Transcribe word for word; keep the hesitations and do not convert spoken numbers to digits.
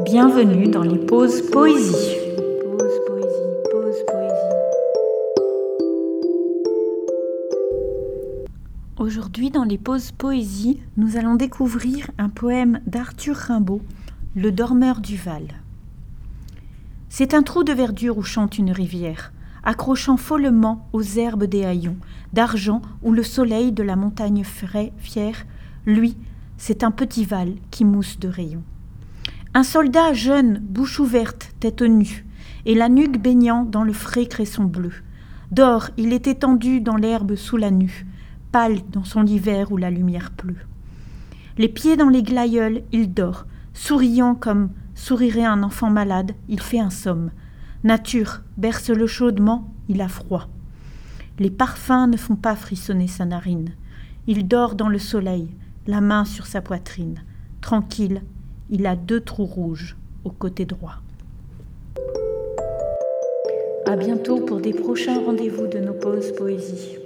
Bienvenue dans les pauses poésie. Pause poésie, pause poésie. Aujourd'hui, dans les pauses poésie, nous allons découvrir un poème d'Arthur Rimbaud, Le dormeur du Val. C'est un trou de verdure où chante une rivière, accrochant follement aux herbes des haillons, d'argent où le soleil de la montagne frais, fière, lui, c'est un petit val qui mousse de rayons. Un soldat jeune, bouche ouverte, tête nue, et la nuque baignant dans le frais cresson bleu. Dors, il est étendu dans l'herbe sous la nue, pâle dans son hiver où la lumière pleut. Les pieds dans les glaïeuls, il dort, souriant comme sourirait un enfant malade, il fait un somme. Nature, berce-le chaudement, il a froid. Les parfums ne font pas frissonner sa narine. Il dort dans le soleil, la main sur sa poitrine. Tranquille, il a deux trous rouges au côté droit. À bientôt pour des prochains rendez-vous de nos pauses poésie.